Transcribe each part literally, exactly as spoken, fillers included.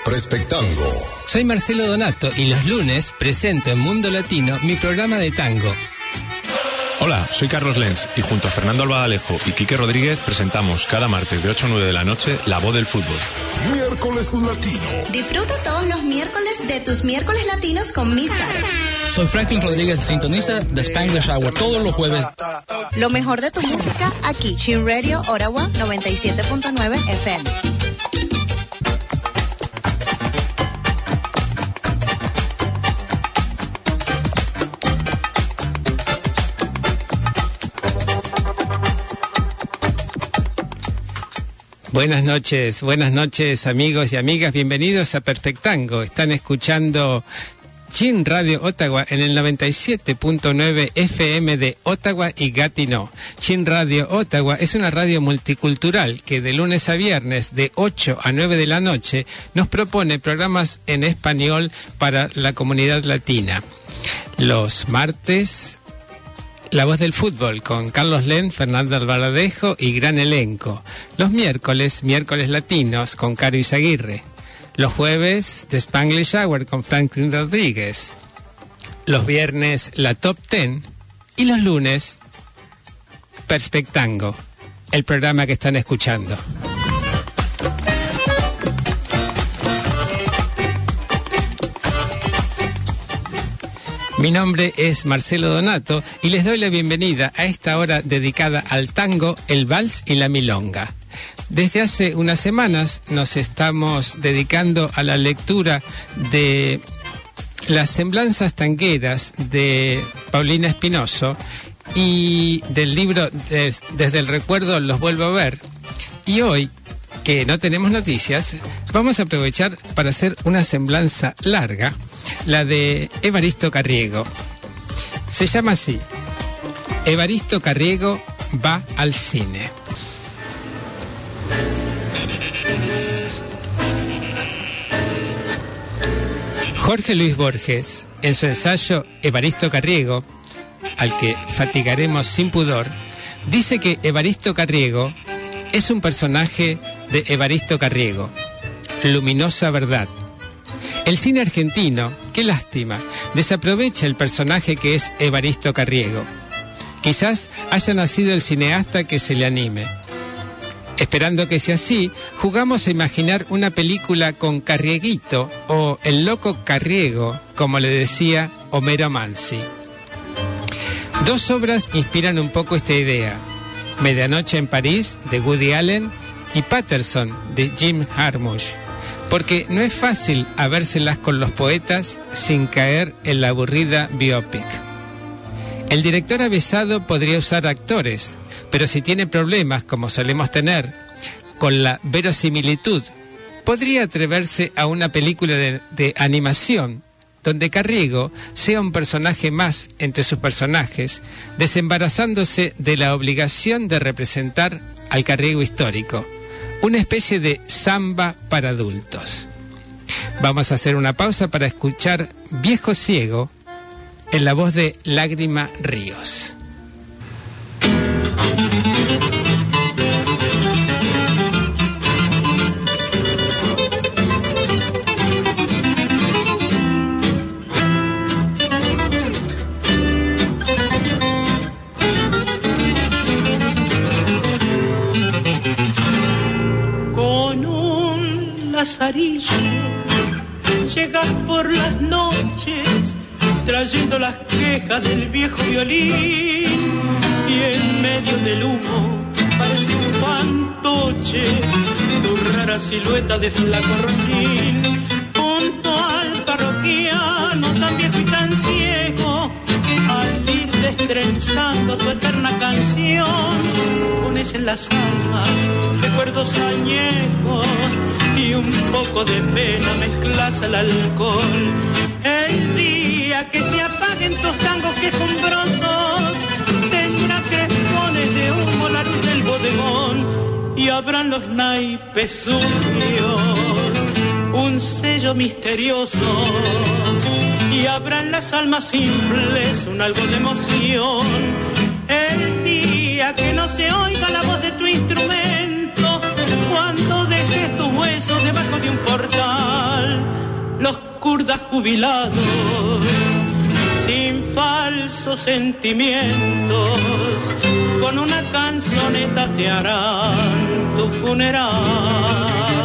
Perspectango. Soy Marcelo Donato y los lunes presento en Mundo Latino mi programa de tango. Hola, soy Carlos Lenz y junto a Fernando Albadalejo y Quique Rodríguez presentamos cada martes de ocho a nueve de la noche La Voz del Fútbol. Miércoles Latino. Disfruta todos los miércoles de tus miércoles latinos con mis caras. Soy Franklin Rodríguez, sintoniza The Spanglish Hour todos los jueves. Lo mejor de tu música aquí, Chin Radio Ottawa noventa y siete punto nueve F M. Buenas noches, buenas noches amigos y amigas, bienvenidos a Perspectango. Están escuchando Chin Radio Ottawa en el noventa y siete punto nueve F M de Ottawa y Gatineau. Chin Radio Ottawa es una radio multicultural que de lunes a viernes de ocho a nueve de la noche nos propone programas en español para la comunidad latina. Los martes, La Voz del Fútbol con Carlos Lenz, Fernando Albaladejo y gran elenco. Los miércoles, Miércoles Latinos con Caro Izaguirre. Los jueves, The Spanglish Hour con Franklin Rodríguez. Los viernes, la Top Ten. Y los lunes, Perspectango, el programa que están escuchando. Mi nombre es Marcelo Donato y les doy la bienvenida a esta hora dedicada al tango, el vals y la milonga. Desde hace unas semanas nos estamos dedicando a la lectura de las semblanzas tangueras de Paulina Espinoso y del libro de, Desde el Recuerdo los vuelvo a ver. Y hoy, que no tenemos noticias, vamos a aprovechar para hacer una semblanza larga, la de Evaristo Carriego. Se llama así: Evaristo Carriego va al cine. Jorge Luis Borges, en su ensayo Evaristo Carriego, al que fatigaremos sin pudor, dice que Evaristo Carriego es un personaje de Evaristo Carriego, luminosa verdad. El cine argentino, qué lástima, desaprovecha el personaje que es Evaristo Carriego. Quizás haya nacido el cineasta que se le anime. Esperando que sea así, jugamos a imaginar una película con Carrieguito o el loco Carriego, como le decía Homero Mansi. Dos obras inspiran un poco esta idea: Medianoche en París, de Woody Allen, y Patterson, de Jim Jarmusch. Porque no es fácil habérselas con los poetas sin caer en la aburrida biopic. El director avesado podría usar actores, pero si tiene problemas, como solemos tener, con la verosimilitud, podría atreverse a una película de, de animación, donde Carriego sea un personaje más entre sus personajes, desembarazándose de la obligación de representar al Carriego histórico. Una especie de samba para adultos. Vamos a hacer una pausa para escuchar Viejo Ciego en la voz de Lágrima Ríos. Lazarillo, llegas por las noches trayendo las quejas del viejo violín y en medio del humo parece un fantoche tu rara silueta de flaco rocín. Junto al parroquiano tan viejo y tan ciego, al ir destrenzando tu eterna canción, pones en las almas recuerdos añejos y un poco de pena mezclas al alcohol. El día que se apaguen tus tangos quejumbrosos, tendrá crespones de humo la luz del bodegón y abran los naipes sucios un sello misterioso y abran las almas simples un algo de emoción. El día que no se oiga la voz de tu instrumento, cuando dejes tus huesos debajo de un portal, los kurdas jubilados, sin falsos sentimientos, con una canzoneta te harán tu funeral.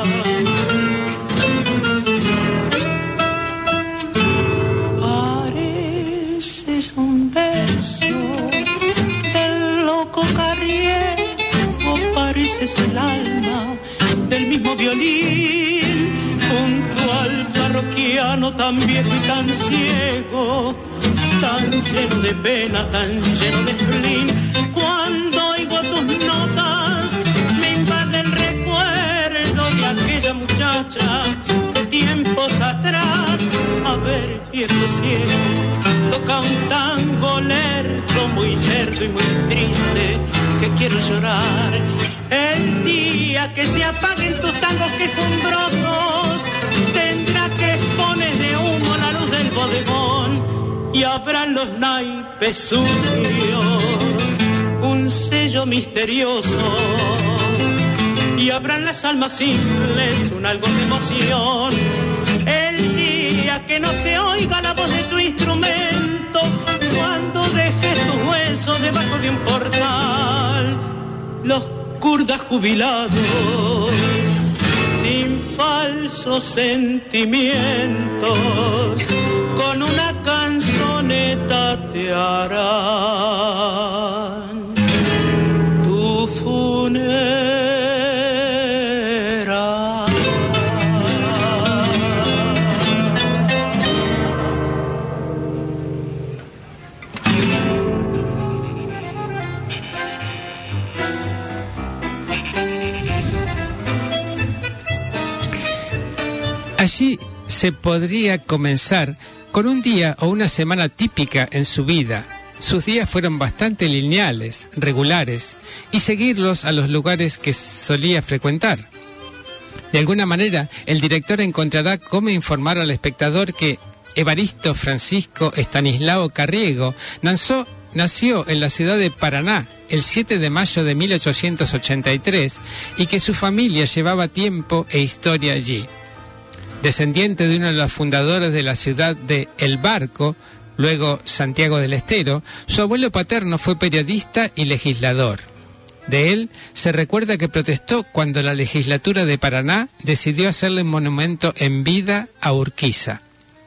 Pareces un beso del loco Carriego, pareces el alma del mismo violín, junto al parroquiano tan viejo y tan ciego, tan lleno de pena, tan lleno de spleen. Cuando oigo tus notas me invade el recuerdo de aquella muchacha de tiempos atrás. A ver, viejo ciego, toca un tango lerdo, muy lerdo y muy triste, que quiero llorar. El día que se apaguen tus tangos quejumbrosos, tendrá que exponer de humo la luz del bodegón, y habrán los naipes sucios un sello misterioso, y habrán las almas simples un algo de emoción. El día que no se oiga la voz de tu instrumento, cuando dejes tus huesos debajo de un portal, los kurdas jubilados, sin falsos sentimientos, con una canzoneta te harán tu funeral. Allí se podría comenzar con un día o una semana típica en su vida. Sus días fueron bastante lineales, regulares, y seguirlos a los lugares que solía frecuentar. De alguna manera, el director encontrará cómo informar al espectador que Evaristo Francisco Estanislao Carriego nació, nació en la ciudad de Paraná el siete de mayo de mil ochocientos ochenta y tres y que su familia llevaba tiempo e historia allí. Descendiente de uno de los fundadores de la ciudad de El Barco, luego Santiago del Estero, su abuelo paterno fue periodista y legislador. De él se recuerda que protestó cuando la legislatura de Paraná decidió hacerle un monumento en vida a Urquiza.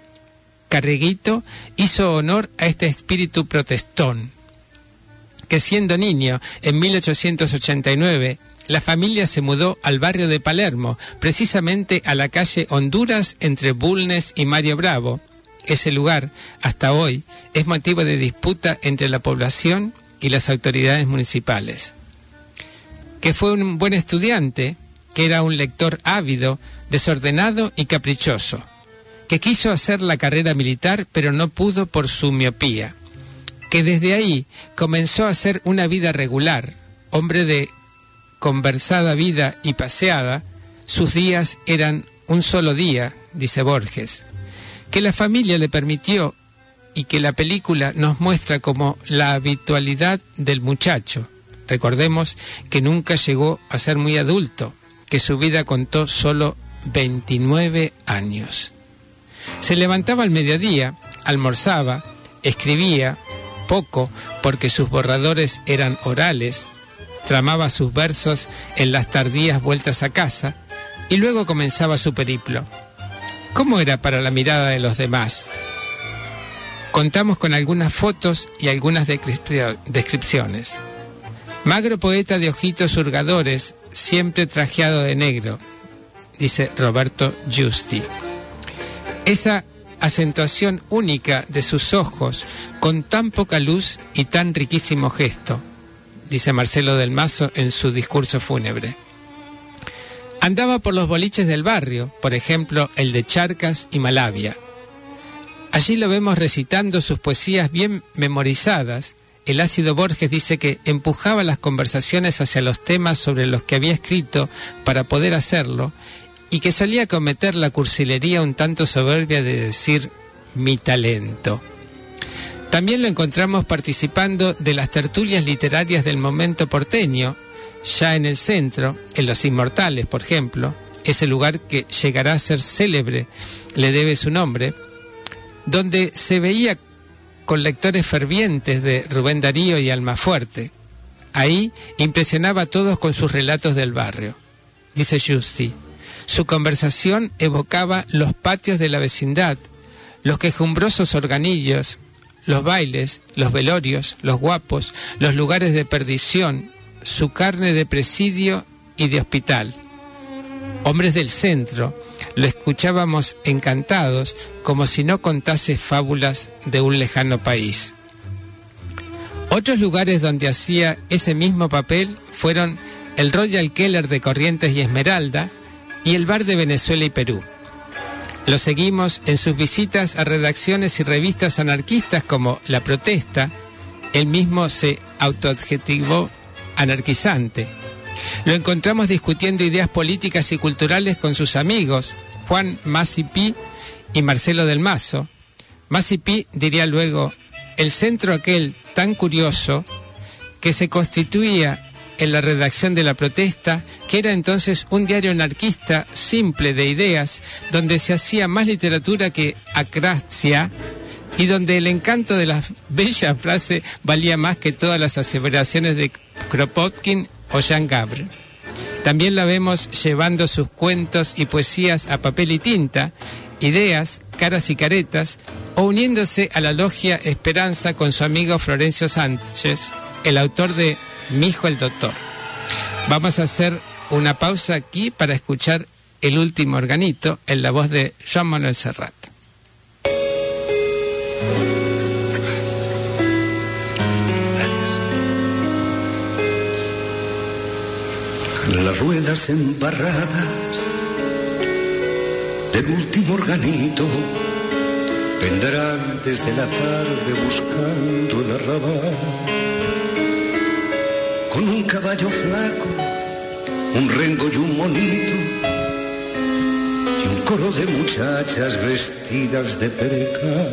Carrieguito hizo honor a este espíritu protestón, que siendo niño, en mil ochocientos ochenta y nueve, la familia se mudó al barrio de Palermo, precisamente a la calle Honduras entre Bulnes y Mario Bravo. Ese lugar, hasta hoy, es motivo de disputa entre la población y las autoridades municipales. Que fue un buen estudiante, que era un lector ávido, desordenado y caprichoso, que quiso hacer la carrera militar pero no pudo por su miopía, que desde ahí comenzó a hacer una vida regular, hombre de conversada vida y paseada. Sus días eran un solo día, dice Borges, que la familia le permitió y que la película nos muestra como la habitualidad del muchacho. Recordemos que nunca llegó a ser muy adulto, que su vida contó solo veintinueve años. Se levantaba al mediodía, almorzaba, escribía poco porque sus borradores eran orales, tramaba sus versos en las tardías vueltas a casa y luego comenzaba su periplo. ¿Cómo era para la mirada de los demás? Contamos con algunas fotos y algunas descripciones. Magro poeta de ojitos hurgadores, siempre trajeado de negro, dice Roberto Giusti. Esa acentuación única de sus ojos, con tan poca luz y tan riquísimo gesto, dice Marcelo del Mazo en su discurso fúnebre. Andaba por los boliches del barrio, por ejemplo, el de Charcas y Malavia. Allí lo vemos recitando sus poesías bien memorizadas. El ácido Borges dice que empujaba las conversaciones hacia los temas sobre los que había escrito para poder hacerlo, y que solía cometer la cursilería un tanto soberbia de decir mi talento. También lo encontramos participando de las tertulias literarias del momento porteño, ya en el centro, en Los Inmortales, por ejemplo, ese lugar que llegará a ser célebre, le debe su nombre, donde se veía con lectores fervientes de Rubén Darío y Almafuerte. Ahí impresionaba a todos con sus relatos del barrio. Dice Justi, su conversación evocaba los patios de la vecindad, los quejumbrosos organillos, los bailes, los velorios, los guapos, los lugares de perdición, su carne de presidio y de hospital. Hombres del centro, lo escuchábamos encantados, como si no contase fábulas de un lejano país. Otros lugares donde hacía ese mismo papel fueron el Royal Keller de Corrientes y Esmeralda y el Bar de Venezuela y Perú. Lo seguimos en sus visitas a redacciones y revistas anarquistas como La Protesta. Él mismo se autoadjetivó anarquizante. Lo encontramos discutiendo ideas políticas y culturales con sus amigos, Juan Masipí y Marcelo del Mazo. Masipí diría luego, el centro aquel tan curioso que se constituía en la redacción de La Protesta, que era entonces un diario anarquista simple de ideas, donde se hacía más literatura que acracia y donde el encanto de la bella frase valía más que todas las aseveraciones de Kropotkin o Jean Gabre. También la vemos llevando sus cuentos y poesías a papel y tinta, ideas, caras y caretas, o uniéndose a la logia Esperanza con su amigo Florencio Sánchez, el autor de Mi hijo el doctor. Vamos a hacer una pausa aquí para escuchar El último organito en la voz de Joan Manuel Serrat. Las ruedas embarradas del último organito vendrán desde la tarde buscando el arrabal, con un caballo flaco, un rengo y un monito, y un coro de muchachas vestidas de percal,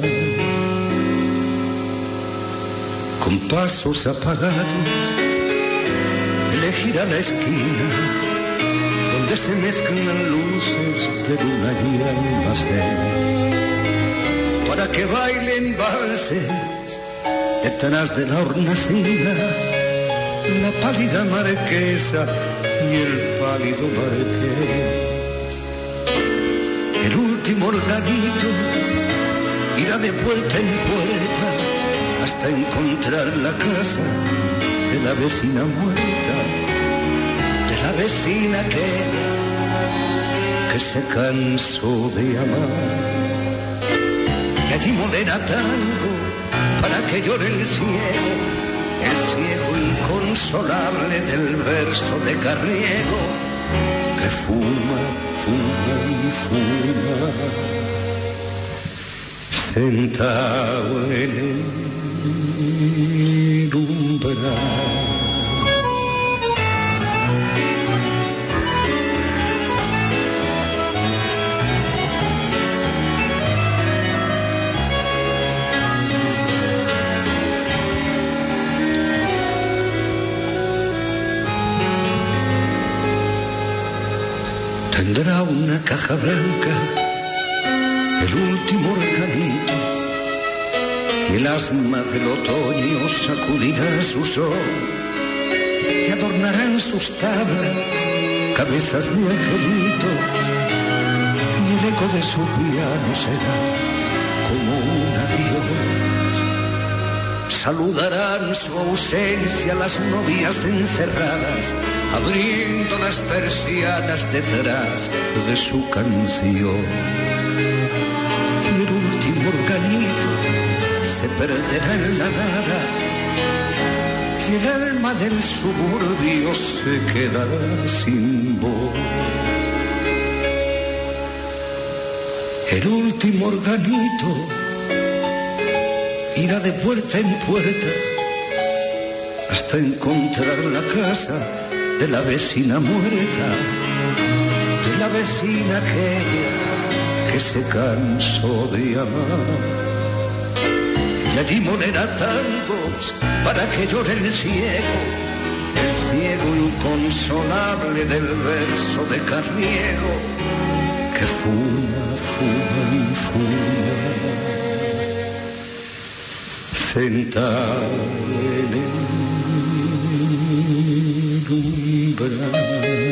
con pasos apagados, elegir a la esquina donde se mezclan luces de luna y almacén, para que bailen valses detrás de la hornacina la pálida marquesa y el pálido marqués. El último organito irá de puerta en puerta hasta encontrar la casa de la vecina muerta, de la vecina que, que se cansó de amar. Y allí modera tango para que llore el ciego, el ciego inconsolable del verso de Carriego, que fuma, fuma y fuma, sentado en el umbral. Tendrá una caja blanca, el último organito, y el asma del otoño sacudirá su sol, y adornarán sus tablas cabezas de angelito, y el eco de su piano será como un adiós. Saludarán su ausencia las novias encerradas, abriendo las persianas detrás de su canción. Y el último organito se perderá en la nada, y el alma del suburbio se quedará sin voz. El último organito irá de puerta en puerta hasta encontrar la casa de la vecina muerta, de la vecina aquella que se cansó de amar. Y allí molerá tangos para que llore el ciego, el ciego inconsolable del verso de Carriego, que fuma, fuma y fuma, sentado en el umbral.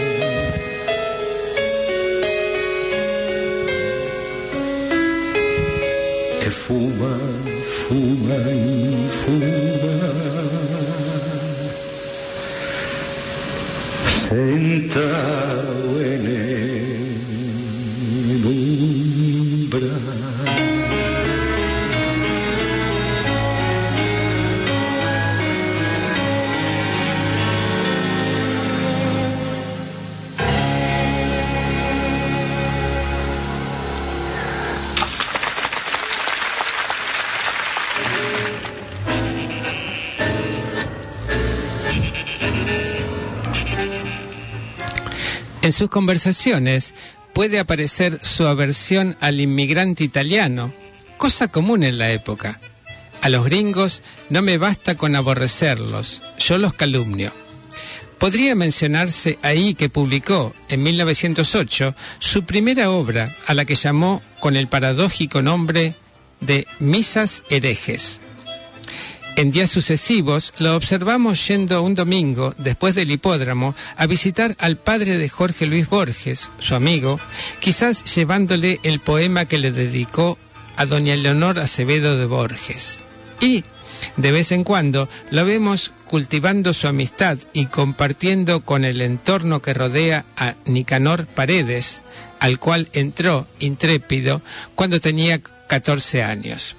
Que fuma, fuma y fuma, sentado en el umbral. En sus conversaciones puede aparecer su aversión al inmigrante italiano, cosa común en la época. A los gringos no me basta con aborrecerlos, yo los calumnio. Podría mencionarse ahí que publicó en mil novecientos ocho su primera obra, a la que llamó con el paradójico nombre de Misas herejes. En días sucesivos lo observamos yendo un domingo, después del hipódromo, a visitar al padre de Jorge Luis Borges, su amigo, quizás llevándole el poema que le dedicó a doña Leonor Acevedo de Borges. Y, de vez en cuando, lo vemos cultivando su amistad y compartiendo con el entorno que rodea a Nicanor Paredes, al cual entró intrépido cuando tenía catorce años.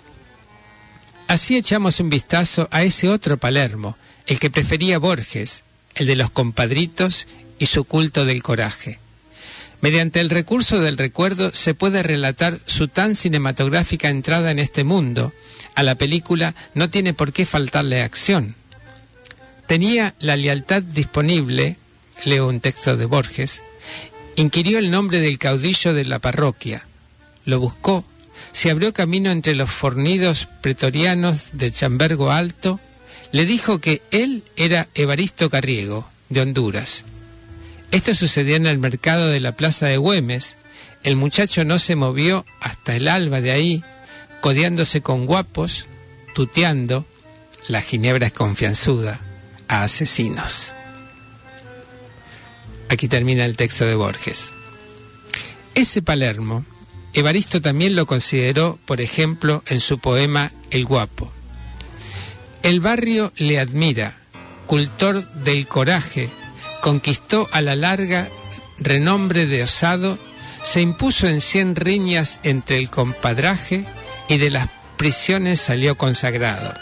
Así echamos un vistazo a ese otro Palermo, el que prefería Borges, el de los compadritos y su culto del coraje. Mediante el recurso del recuerdo se puede relatar su tan cinematográfica entrada en este mundo. A la película no tiene por qué faltarle acción. Tenía la lealtad disponible, leo un texto de Borges, inquirió el nombre del caudillo de la parroquia, lo buscó, se abrió camino entre los fornidos pretorianos del Chambergo Alto, le dijo que él era Evaristo Carriego, de Honduras. Esto sucedió en el mercado de la plaza de Güemes. El muchacho no se movió hasta el alba de ahí, codeándose con guapos, tuteando, la ginebra es confianzuda, a asesinos. Aquí termina el texto de Borges. Ese Palermo, Evaristo también lo consideró, por ejemplo, en su poema El Guapo. El barrio le admira, cultor del coraje, conquistó a la larga renombre de osado, se impuso en cien riñas entre el compadraje y de las prisiones salió consagrado.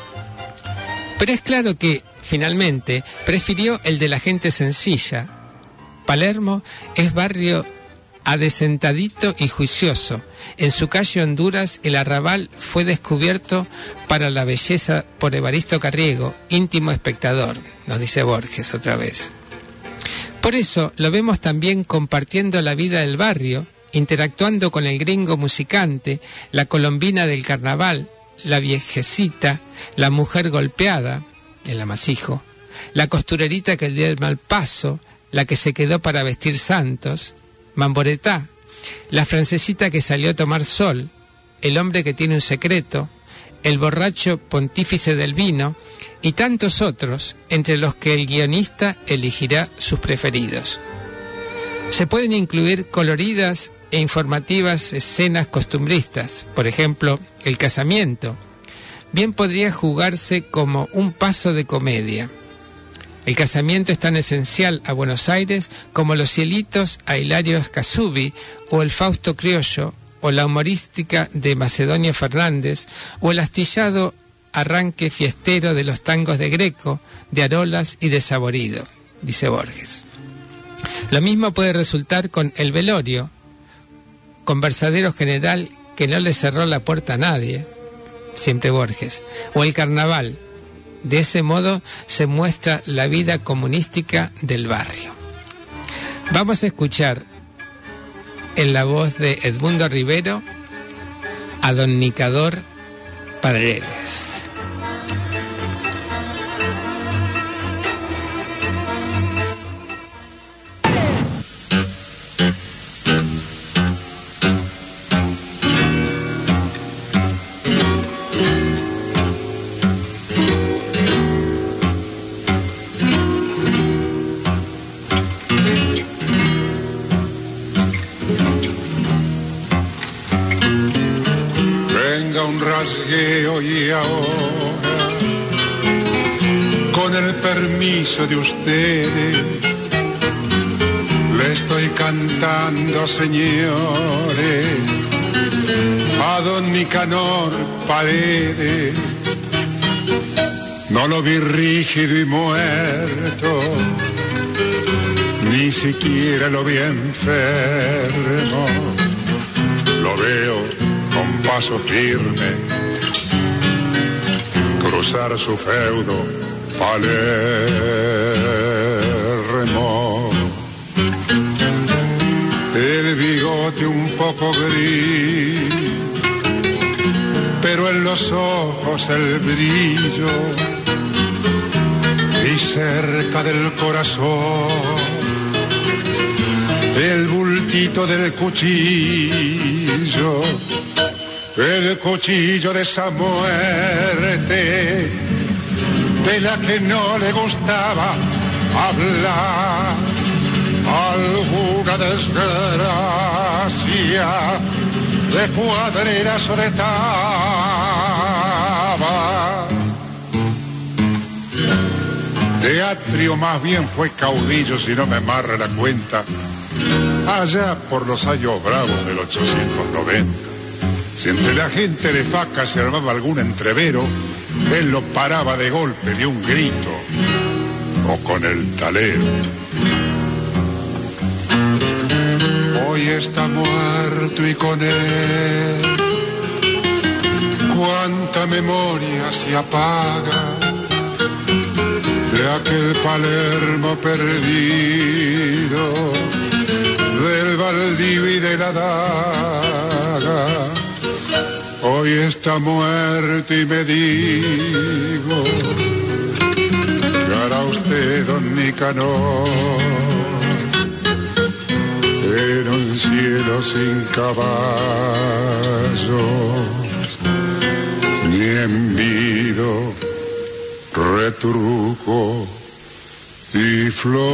Pero es claro que, finalmente, prefirió el de la gente sencilla. Palermo es barrio adesentadito y juicioso. En su calle Honduras el arrabal fue descubierto para la belleza por Evaristo Carriego, íntimo espectador, nos dice Borges otra vez. Por eso lo vemos también compartiendo la vida del barrio, interactuando con el gringo musicante, la colombina del carnaval, la viejecita, la mujer golpeada, el amasijo, la costurerita que dio el mal paso, la que se quedó para vestir santos, Mamboretá, la francesita que salió a tomar sol, el hombre que tiene un secreto, el borracho pontífice del vino y tantos otros, entre los que el guionista elegirá sus preferidos. Se pueden incluir coloridas e informativas escenas costumbristas, por ejemplo, el casamiento. Bien podría jugarse como un paso de comedia. El casamiento es tan esencial a Buenos Aires como los cielitos a Hilario Escasubi, o el Fausto criollo, o la humorística de Macedonio Fernández, o el astillado arranque fiestero de los tangos de Greco, de Arolas y de Saborido, dice Borges. Lo mismo puede resultar con el velorio, conversadero general que no le cerró la puerta a nadie, siempre Borges, o el carnaval. De ese modo se muestra la vida comunística del barrio. Vamos a escuchar en la voz de Edmundo Rivero a don Nicador Paredes. vida un rasgueo y ahora, con el permiso de ustedes, le estoy cantando, señores, a don Nicanor Paredes. No lo vi rígido y muerto, ni siquiera lo vi enfermo. Lo veo con paso firme cruzar su feudo Palermo. El bigote un poco gris, pero en los ojos el brillo, y cerca del corazón el bultito del cuchillo, el cuchillo de esa muerte de la que no le gustaba hablar. Alguna desgracia de cuadrera soletaba. Teatrio más bien fue caudillo, si no me amarra la cuenta, allá por los años bravos del ochocientos noventa. Si entre la gente de faca se armaba algún entrevero, él lo paraba de golpe, de un grito o con el talero. Hoy está muerto y con él cuánta memoria se apaga de aquel Palermo perdido, del Valdivia y de la daga. Hoy está muerto y me digo, ¿qué hará usted, don Nicanor, en un cielo sin caballos, ni envido, retruco y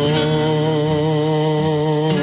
flor?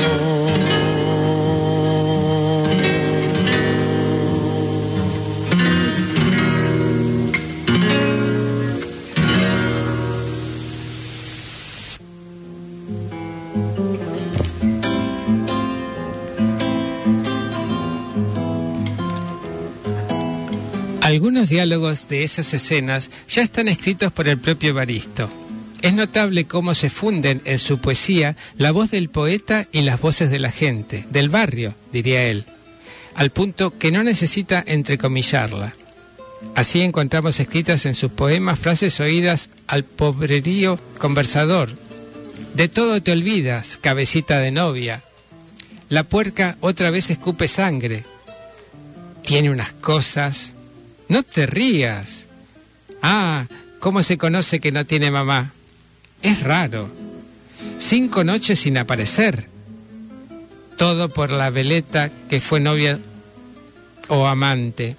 Algunos diálogos de esas escenas ya están escritos por el propio Evaristo. Es notable cómo se funden en su poesía la voz del poeta y las voces de la gente, del barrio, diría él, al punto que no necesita entrecomillarla. Así encontramos escritas en sus poemas frases oídas al pobrerío conversador. De todo te olvidas, cabecita de novia. La puerca otra vez escupe sangre. Tiene unas cosas... No te rías. Ah, ¿cómo se conoce que no tiene mamá? Es raro. Cinco noches sin aparecer. Todo por la veleta que fue novia o amante.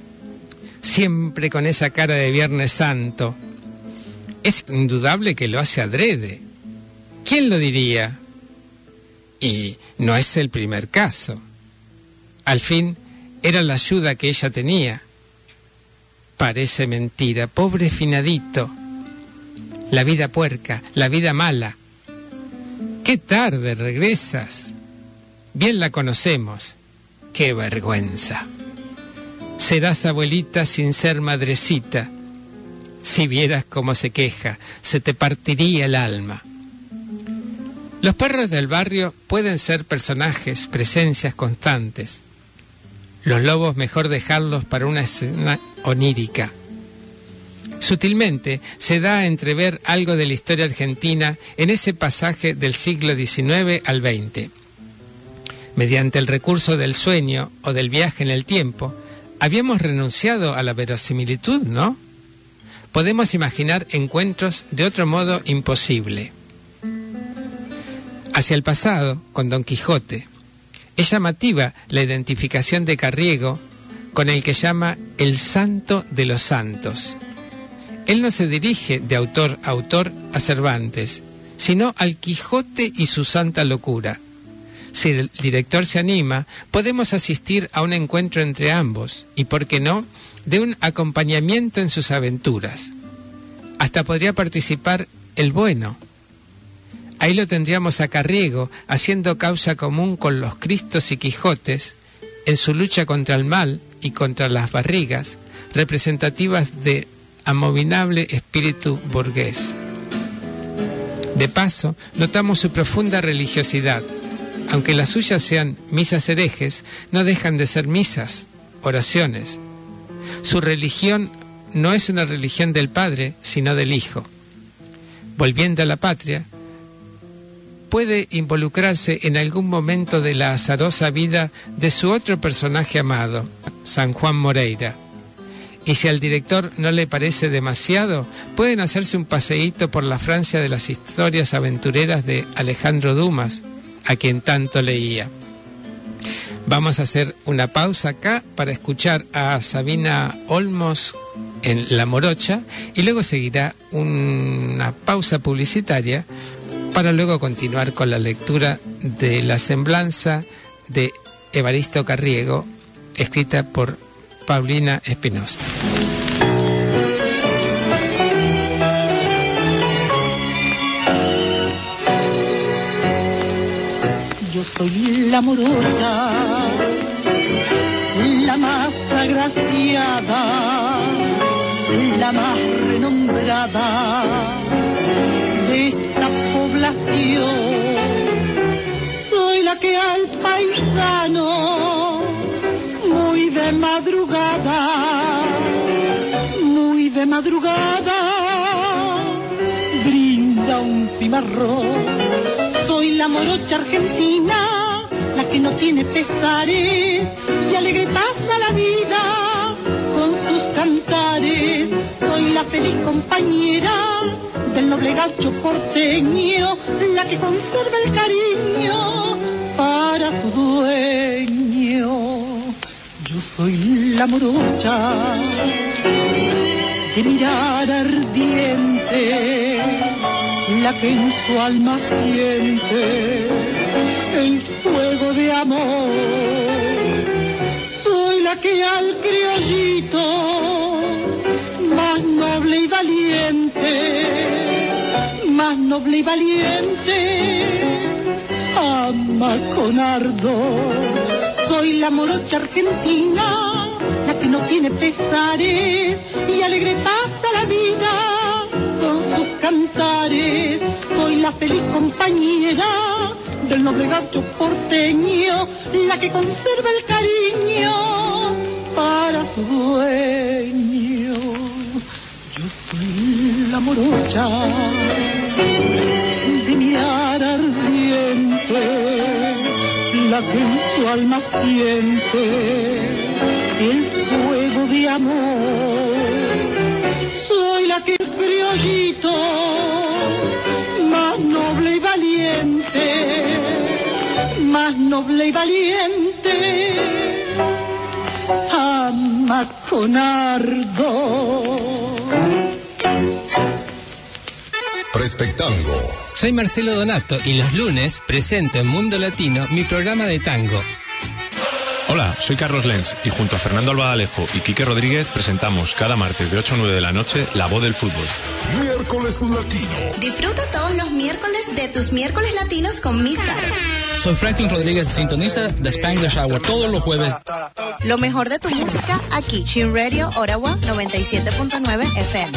Siempre con esa cara de Viernes Santo. Es indudable que lo hace adrede. ¿Quién lo diría? Y no es el primer caso. Al fin, era la ayuda que ella tenía. Parece mentira, pobre finadito. La vida puerca, la vida mala. Qué tarde regresas. Bien la conocemos. Qué vergüenza. Serás abuelita sin ser madrecita. Si vieras cómo se queja, se te partiría el alma. Los perros del barrio pueden ser personajes, presencias constantes. Los lobos mejor dejarlos para una escena onírica. Sutilmente se da a entrever algo de la historia argentina en ese pasaje del siglo diecinueve al veinte. Mediante el recurso del sueño o del viaje en el tiempo, habíamos renunciado a la verosimilitud, ¿no? Podemos imaginar encuentros de otro modo imposible. Hacia el pasado, con Don Quijote, es llamativa la identificación de Carriego con el que llama el santo de los santos. Él no se dirige de autor a autor a Cervantes, sino al Quijote y su santa locura. Si el director se anima, podemos asistir a un encuentro entre ambos y, ¿por qué no?, de un acompañamiento en sus aventuras. Hasta podría participar el bueno. Ahí lo tendríamos a Carriego haciendo causa común con los Cristos y Quijotes en su lucha contra el mal y contra las barrigas, representativas de abominable espíritu burgués. De paso, notamos su profunda religiosidad. Aunque las suyas sean misas herejes, no dejan de ser misas, oraciones. Su religión no es una religión del Padre, sino del Hijo. Volviendo a la patria, puede involucrarse en algún momento de la azarosa vida de su otro personaje amado, San Juan Moreira. Y si al director no le parece demasiado, pueden hacerse un paseíto por la Francia de las historias aventureras de Alejandro Dumas, a quien tanto leía. Vamos a hacer una pausa acá para escuchar a Sabina Olmos en La Morocha y luego seguirá una pausa publicitaria para luego continuar con la lectura de La Semblanza de Evaristo Carriego, escrita por Paulina Espinosa. Yo soy la morocha, la más agraciada, la más renombrada de esta población. Soy la que al paisano, muy de madrugada, muy de madrugada, brinda un cimarrón. Soy la morocha argentina, la que no tiene pesares y alegre pasa la vida con sus cantares. Soy la feliz compañera del noble gaucho porteño, la que conserva el cariño para su dueño. Yo soy la morocha de mirar ardiente, la que en su alma siente el fuego de amor. Soy la que al criollito, más noble y valiente, más noble y valiente, ama con ardor. Soy la morocha argentina, la que no tiene pesares y alegre pasa la vida con sus cantares. Soy la feliz compañera del noble gaucho porteño, la que conserva el cariño para su dueño. Yo soy la morocha de mirar ardiente, la que en su alma siente el fuego de amor. Soy la que el criollito, más noble y valiente, más noble y valiente, ama con ardor. Prespectango. Soy Marcelo Donato y los lunes presento en Mundo Latino mi programa de tango. Hola, soy Carlos Lenz y junto a Fernando Albadalejo y Quique Rodríguez presentamos cada martes de ocho a nueve de la noche La Voz del Fútbol. Miércoles Latino. Disfruta todos los miércoles de tus miércoles latinos con mis caras. Soy Franklin Rodríguez, sintoniza The Spanglish Hour todos los jueves. Lo mejor de tu música aquí, Chin Radio Ottawa noventa y siete punto nueve F M.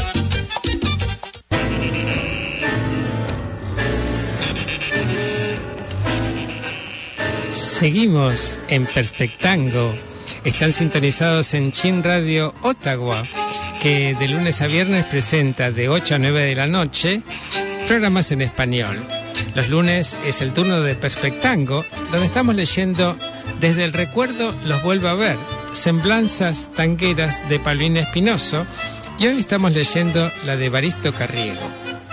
Seguimos en Perspectango. Están sintonizados en Chin Radio Ottawa, que de lunes a viernes presenta de ocho a nueve de la noche programas en español. Los lunes es el turno de Perspectango, donde estamos leyendo Desde el recuerdo los vuelvo a ver, semblanzas tangueras de Paulina Espinosa, y hoy estamos leyendo la de Evaristo Carriego.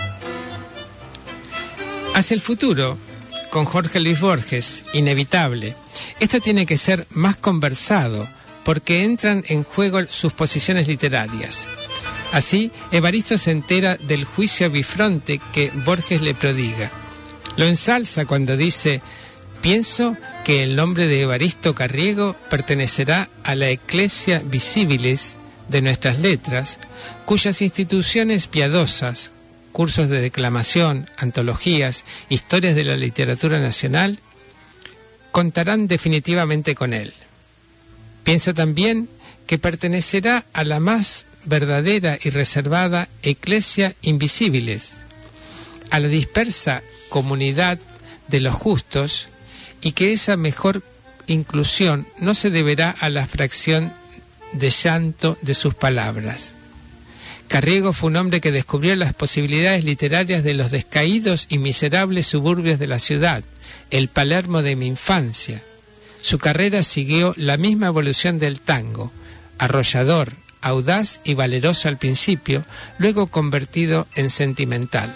Hacia el futuro, con Jorge Luis Borges, inevitable. Esto tiene que ser más conversado, porque entran en juego sus posiciones literarias. Así, Evaristo se entera del juicio bifronte que Borges le prodiga. Lo ensalza cuando dice: Pienso que el nombre de Evaristo Carriego pertenecerá a la Ecclesia Visibilis de nuestras letras, cuyas instituciones piadosas, cursos de declamación, antologías, historias de la literatura nacional, contarán definitivamente con él. Pienso también que pertenecerá a la más verdadera y reservada Ecclesia Invisibilis, a la dispersa comunidad de los justos, y que esa mejor inclusión no se deberá a la fracción de llanto de sus palabras. Carriego fue un hombre que descubrió las posibilidades literarias de los descaídos y miserables suburbios de la ciudad, el Palermo de mi infancia. Su carrera siguió la misma evolución del tango, arrollador, audaz y valeroso al principio, luego convertido en sentimental.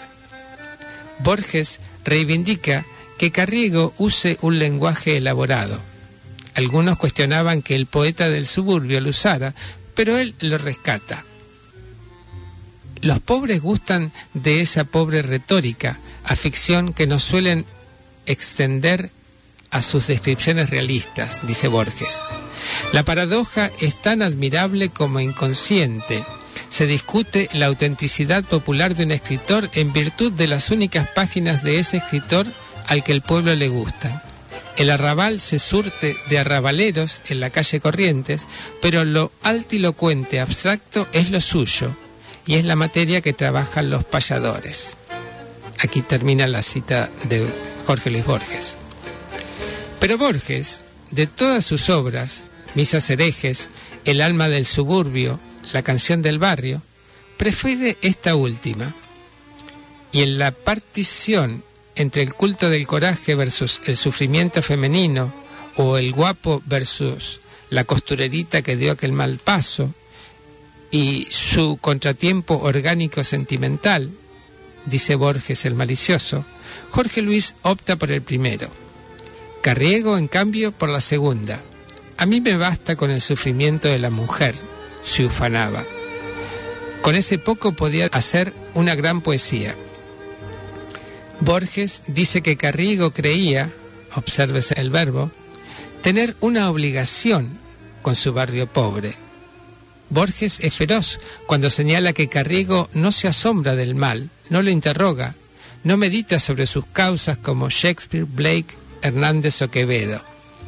Borges reivindica que Carriego use un lenguaje elaborado. Algunos cuestionaban que el poeta del suburbio lo usara, pero él lo rescata. Los pobres gustan de esa pobre retórica, afición que nos suelen extender a sus descripciones realistas, dice Borges. La paradoja es tan admirable como inconsciente. Se discute la autenticidad popular de un escritor en virtud de las únicas páginas de ese escritor al que el pueblo le gusta. El arrabal se surte de arrabaleros en la calle Corrientes, pero lo altilocuente abstracto es lo suyo, y es la materia que trabajan los payadores. Aquí termina la cita de Jorge Luis Borges. Pero Borges, de todas sus obras, Misas herejes, El alma del suburbio, La canción del barrio, prefiere esta última. Y en la partición entre el culto del coraje versus el sufrimiento femenino, o el guapo versus la costurerita que dio aquel mal paso, y su contratiempo orgánico sentimental, dice Borges el malicioso, Jorge Luis opta por el primero. Carriego, en cambio, por la segunda. A mí me basta con el sufrimiento de la mujer, se ufanaba. Con ese poco podía hacer una gran poesía. Borges dice que Carriego creía, obsérvese el verbo, tener una obligación con su barrio pobre. Borges es feroz cuando señala que Carriego no se asombra del mal, no lo interroga, no medita sobre sus causas como Shakespeare, Blake, Hernández o Quevedo.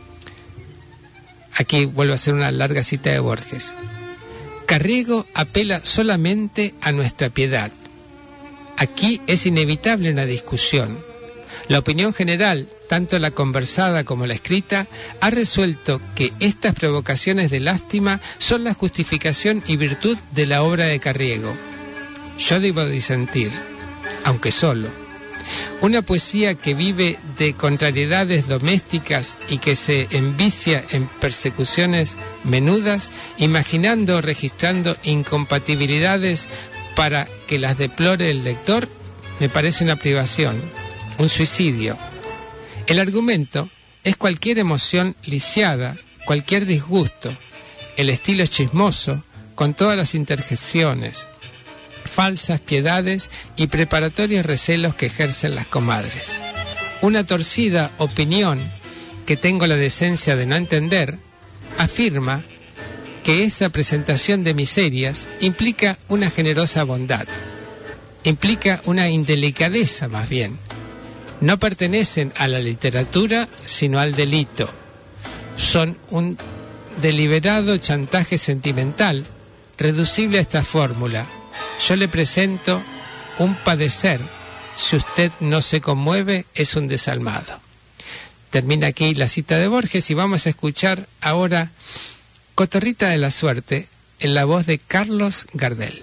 Aquí vuelvo a hacer una larga cita de Borges. Carriego apela solamente a nuestra piedad. Aquí es inevitable una discusión. La opinión general, tanto la conversada como la escrita, ha resuelto que estas provocaciones de lástima son la justificación y virtud de la obra de Carriego. Yo debo disentir, aunque solo. Una poesía que vive de contrariedades domésticas y que se envicia en persecuciones menudas, imaginando o registrando incompatibilidades para que las deplore el lector, me parece una privación, un suicidio. El argumento es cualquier emoción lisiada, cualquier disgusto, el estilo chismoso, con todas las interjecciones, falsas piedades y preparatorios recelos que ejercen las comadres. Una torcida opinión, que tengo la decencia de no entender, afirma que esta presentación de miserias implica una generosa bondad, implica una indelicadeza más bien. No pertenecen a la literatura, sino al delito. Son un deliberado chantaje sentimental, reducible a esta fórmula. Yo le presento un padecer. Si usted no se conmueve, es un desalmado. Termina aquí la cita de Borges y vamos a escuchar ahora Cotorrita de la Suerte en la voz de Carlos Gardel.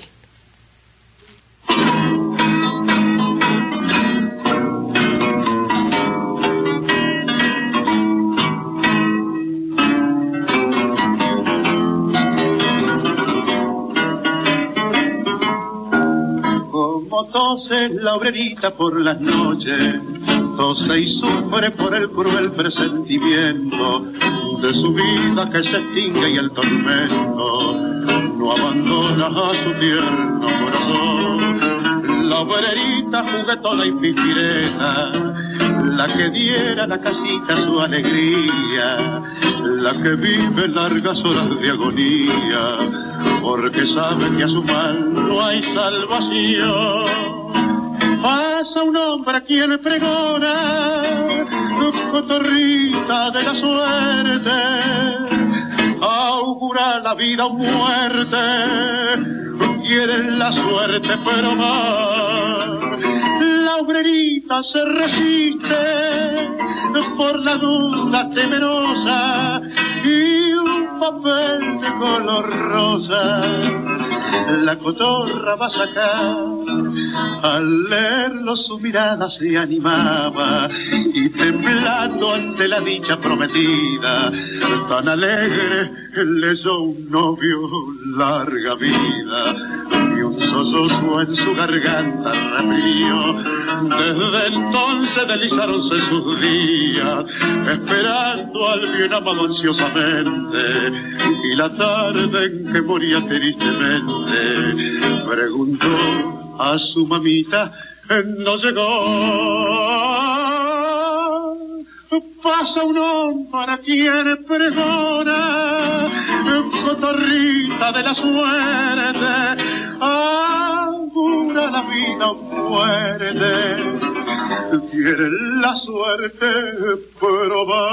Tose la obrerita por las noches, tose y sufre por el cruel presentimiento de su vida que se extingue y el tormento no abandona a su tierno corazón. La la obrerita juguetona y pichireta, la que diera a la casita su alegría, la que vive largas horas de agonía, porque sabe que a su mal no hay salvación. Pasa un hombre a quien pregona, cotorrita de la suerte, augura la vida o muerte, quiere la suerte pero más. La obrerita se resiste por la duda temerosa y un papel de color rosa la cotorra va a sacar. Al leerlo su mirada se animaba y temblando ante la dicha prometida, tan alegre leyó un novio larga vida y un sososo en su garganta replió. Desde entonces deslizáronse sus días esperando al bien amado ansiosamente, y la tarde en que moría tristemente preguntó a su mamita, no llegó. Pasa un hombre a quien pregona, cotorrita de la suerte, augura la vida o muerte, tiene la suerte pero va.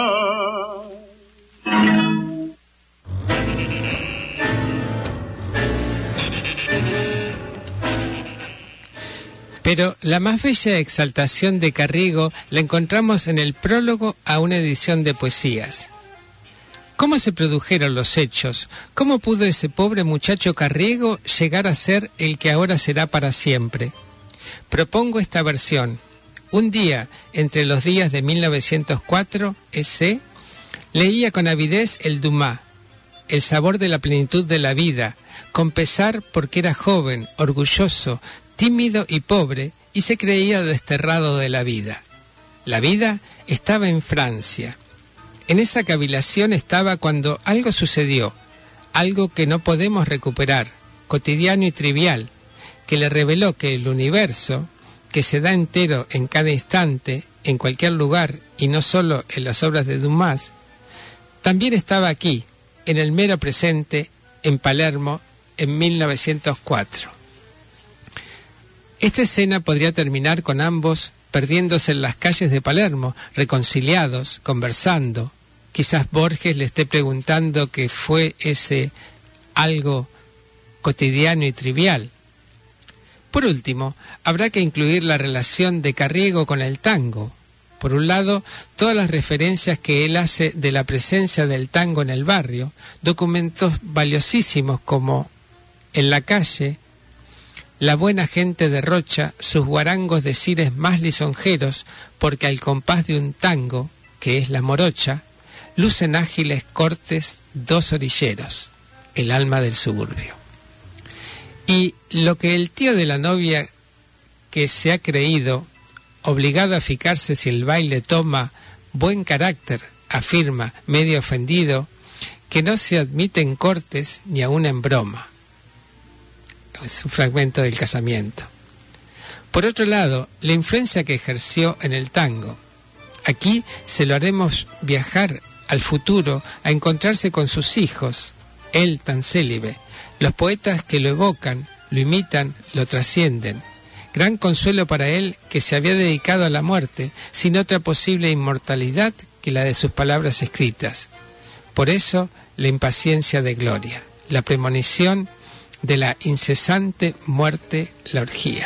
Pero la más bella exaltación de Carriego la encontramos en el prólogo a una edición de poesías. ¿Cómo se produjeron los hechos? ¿Cómo pudo ese pobre muchacho Carriego llegar a ser el que ahora será para siempre? Propongo esta versión. Un día, entre los días de mil novecientos cuatro, ese, leía con avidez el Dumas, El sabor de la plenitud de la vida, con pesar porque era joven, orgulloso, tímido y pobre, y se creía desterrado de la vida. La vida estaba en Francia. En esa cavilación estaba cuando algo sucedió, algo que no podemos recuperar, cotidiano y trivial, que le reveló que el universo, que se da entero en cada instante, en cualquier lugar, y no solo en las obras de Dumas, también estaba aquí, en el mero presente, en Palermo, en mil novecientos cuatro. Esta escena podría terminar con ambos perdiéndose en las calles de Palermo, reconciliados, conversando. Quizás Borges le esté preguntando qué fue ese algo cotidiano y trivial. Por último, habrá que incluir la relación de Carriego con el tango. Por un lado, todas las referencias que él hace de la presencia del tango en el barrio, documentos valiosísimos como En la calle, la buena gente derrocha sus guarangos de cires más lisonjeros, porque al compás de un tango, que es la morocha, lucen ágiles cortes dos orilleros, el alma del suburbio. Y lo que el tío de la novia, que se ha creído obligado a fijarse si el baile toma buen carácter, afirma, medio ofendido, que no se admiten cortes ni aun en broma. Es un fragmento del casamiento. Por otro lado, la influencia que ejerció en el tango. Aquí se lo haremos viajar al futuro a encontrarse con sus hijos, él tan célibe, los poetas que lo evocan, lo imitan, lo trascienden. Gran consuelo para él que se había dedicado a la muerte, sin otra posible inmortalidad que la de sus palabras escritas. Por eso, la impaciencia de gloria, la premonición de la incesante muerte, la orgía.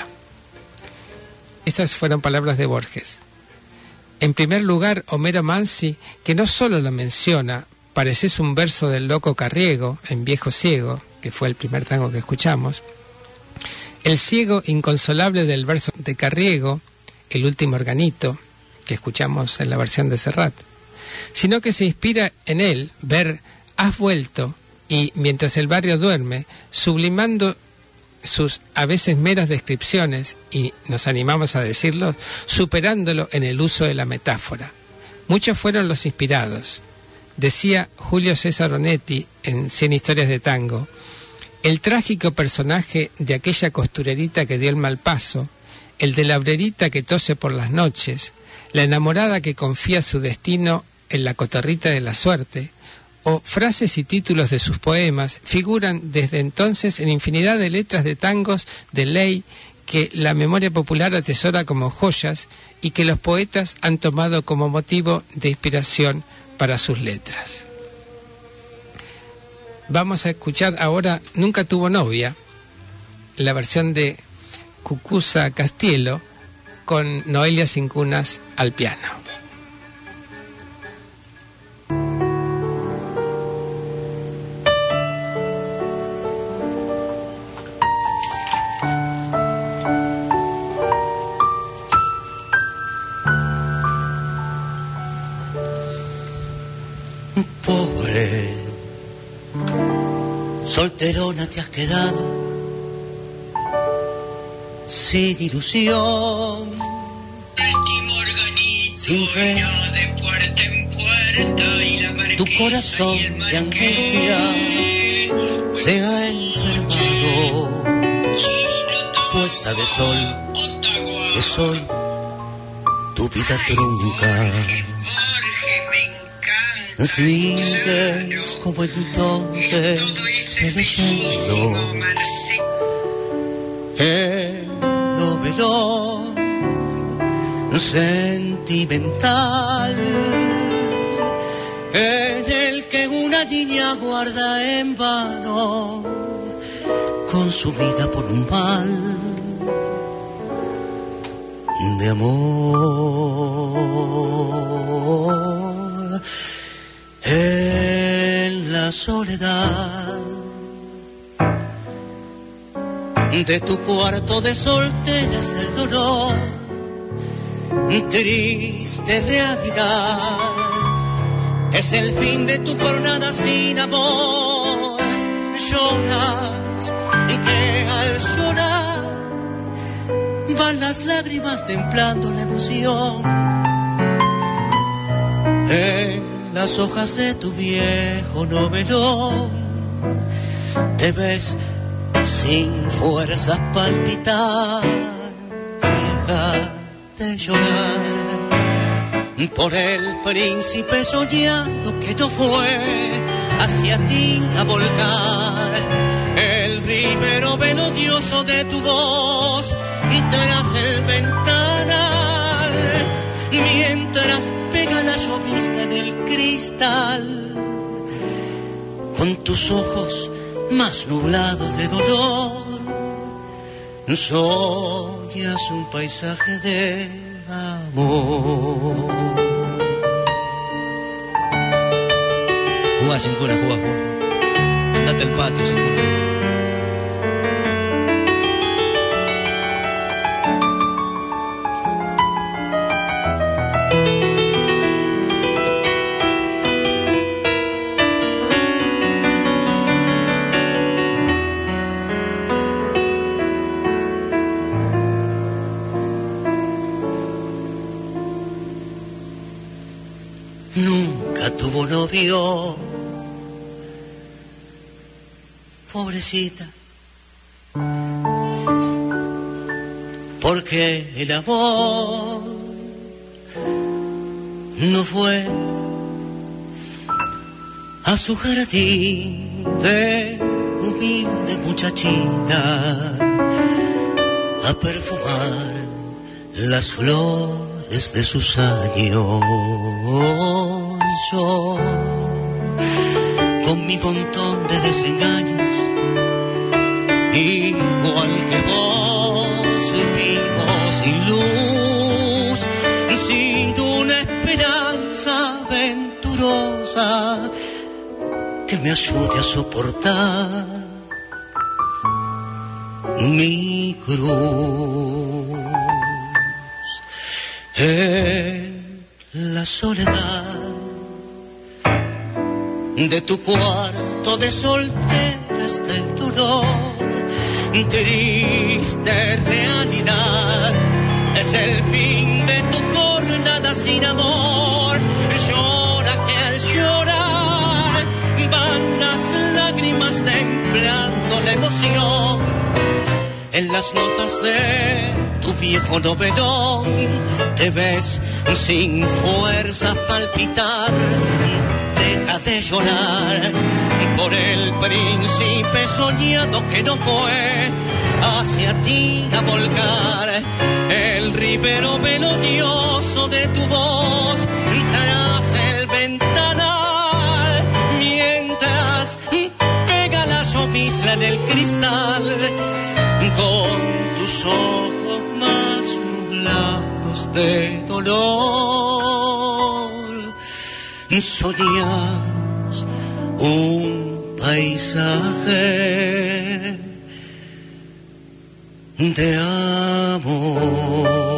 Estas fueron palabras de Borges. En primer lugar, Homero Mansi, que no solo lo menciona, pareces un verso del loco Carriego, en Viejo Ciego, que fue el primer tango que escuchamos. El ciego inconsolable del verso de Carriego, el último organito, que escuchamos en la versión de Serrat, sino que se inspira en él ver Has vuelto, y mientras el barrio duerme, sublimando sus a veces meras descripciones, y nos animamos a decirlo, superándolo en el uso de la metáfora. Muchos fueron los inspirados. Decía Julio César Onetti en Cien historias de tango, el trágico personaje de aquella costurerita que dio el mal paso, el de la obrerita que tose por las noches, la enamorada que confía su destino en la cotorrita de la suerte, o frases y títulos de sus poemas, figuran desde entonces en infinidad de letras de tangos de ley que la memoria popular atesora como joyas y que los poetas han tomado como motivo de inspiración para sus letras. Vamos a escuchar ahora Nunca tuvo novia, la versión de Cucuza Castielo con Noelia Cincunas al piano. Pobre, solterona te has quedado, sin ilusión, sin fe, de puerta en puerta, y la tu corazón de angustia se ha enfermado. Puesta de sol, que soy tu vida trunca. Sigues como entonces leyendo el novelón sentimental en el que una niña guarda en vano, consumida por un mal de amor. En la soledad de tu cuarto de solteras del dolor, triste realidad, es el fin de tu jornada sin amor. Lloras y que al llorar van las lágrimas templando la emoción. En las hojas de tu viejo novelón te ves sin fuerzas palpitar. Deja de llorar por el príncipe soñado que no fue hacia ti a volcar el ribero melodioso de tu voz tras el ventanal, mientras pega la llovizna en el cristal. Con tus ojos más nublados de dolor soñas un paisaje de amor. Jugá, Cincuna, jugá, jugá. Andate al patio, Cincuna. Tuvo novio, pobrecita, porque el amor no fue a su jardín de humilde muchachita a perfumar las flores de sus años. Yo, con mi montón de desengaños, igual que vos, vivo sin luz, sin una esperanza venturosa que me ayude a soportar mi cruz. En la soledad de tu cuarto de solteras del dolor, triste realidad, es el fin de tu jornada sin amor. Llora que al llorar van las lágrimas templando la emoción en las notas de tu viejo novelón, te ves sin fuerza palpitar. Deja de llorar por el príncipe soñado que no fue hacia ti a volcar. El ribero melodioso de tu voz tras el ventanal, mientras pega la llovizna en el cristal, con tus ojos más nublados de dolor, soñas un paisaje de amor.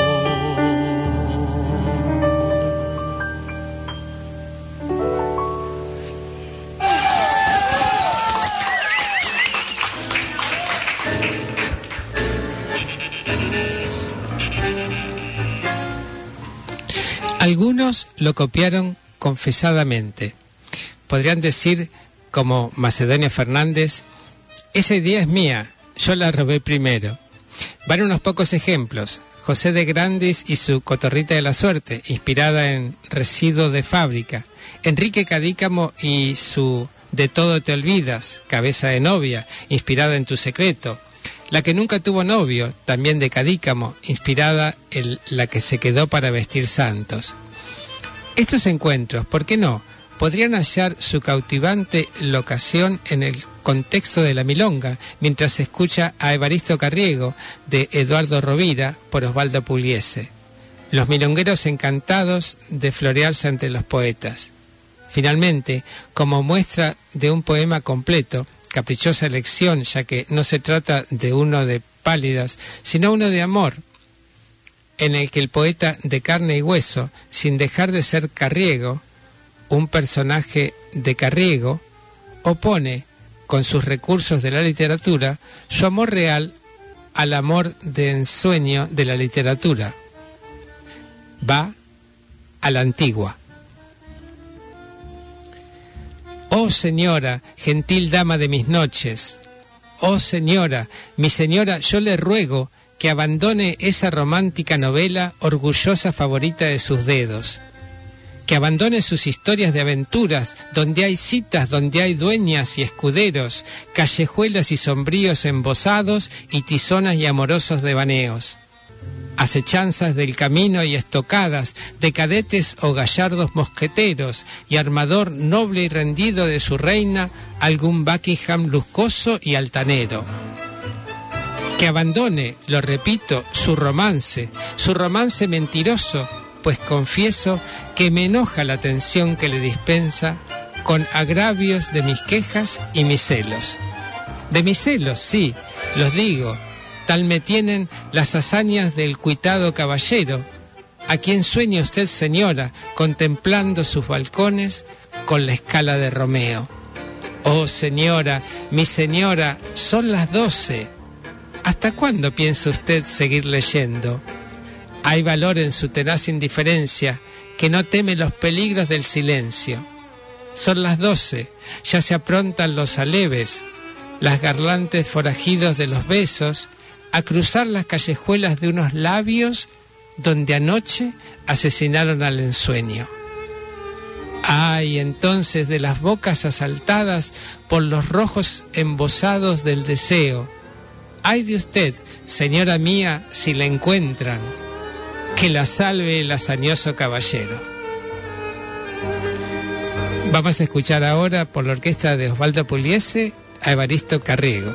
Algunos lo copiaron confesadamente. Podrían decir, como Macedonio Fernández, esa idea es mía, yo la robé primero. Van unos pocos ejemplos. José de Grandis y su Cotorrita de la Suerte, inspirada en Residuo de Fábrica. Enrique Cadícamo y su De todo te olvidas, Cabeza de novia, inspirada en Tu secreto. La que nunca tuvo novio, también de Cadícamo, inspirada en La que se quedó para vestir santos. Estos encuentros, ¿por qué no?, podrían hallar su cautivante locación en el contexto de la milonga, mientras se escucha a Evaristo Carriego, de Eduardo Rovira, por Osvaldo Pugliese. Los milongueros encantados de florearse ante los poetas. Finalmente, como muestra de un poema completo, caprichosa elección, ya que no se trata de uno de pálidas, sino uno de amor, en el que el poeta de carne y hueso, sin dejar de ser Carriego, un personaje de Carriego, opone, con sus recursos de la literatura, su amor real al amor de ensueño de la literatura. Va a la antigua. Oh señora, gentil dama de mis noches, oh señora, mi señora, yo le ruego que abandone esa romántica novela orgullosa favorita de sus dedos, que abandone sus historias de aventuras, donde hay citas, donde hay dueñas y escuderos, callejuelas y sombríos embosados y tizonas y amorosos devaneos, acechanzas del camino y estocadas de cadetes o gallardos mosqueteros y armador noble y rendido de su reina, algún Buckingham lujoso y altanero. Que abandone, lo repito, su romance, su romance mentiroso, pues confieso que me enoja la atención que le dispensa con agravios de mis quejas y mis celos. De mis celos, sí, los digo, tal me tienen las hazañas del cuitado caballero, a quien sueña usted, señora, contemplando sus balcones con la escala de Romeo. Oh, señora, mi señora, son las doce. ¿Hasta cuándo piensa usted seguir leyendo? Hay valor en su tenaz indiferencia, que no teme los peligros del silencio. Son las doce, ya se aprontan los aleves, las garlantes forajidos de los besos, a cruzar las callejuelas de unos labios donde anoche asesinaron al ensueño. Ay, entonces de las bocas asaltadas por los rojos embosados del deseo. Ay de usted, señora mía, si la encuentran, que la salve el hazañoso caballero. Vamos a escuchar ahora por la orquesta de Osvaldo Pugliese a Evaristo Carriego.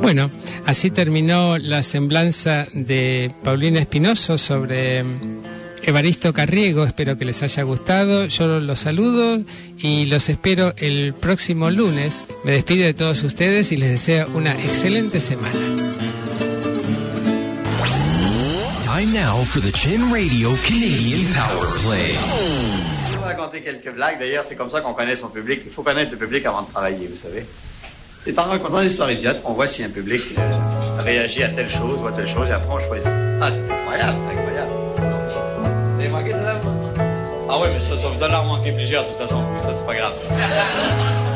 Bueno, así terminó la semblanza de Paulina Espinoso sobre Evaristo Carriego. Espero que les haya gustado. Yo los saludo y los espero el próximo lunes. Me despido de todos ustedes y les deseo una excelente semana. Time now for the Chin Radio Canadian Power Play. Je vais raconter quelques blagues. D'ailleurs, c'est comme ça qu'on connaît son public. Il faut connaître le public avant de travailler, vous savez. C'est en racontant une histoire idiote qu'on voit si un public euh, réagit à telle chose ou à telle chose, et après on choisit. Ah, c'est incroyable, c'est incroyable. Vous avez manqué ça, là? Ah oui, mais ça, ça vous allez en manquer plusieurs, de toute façon. Ça, c'est pas grave, ça.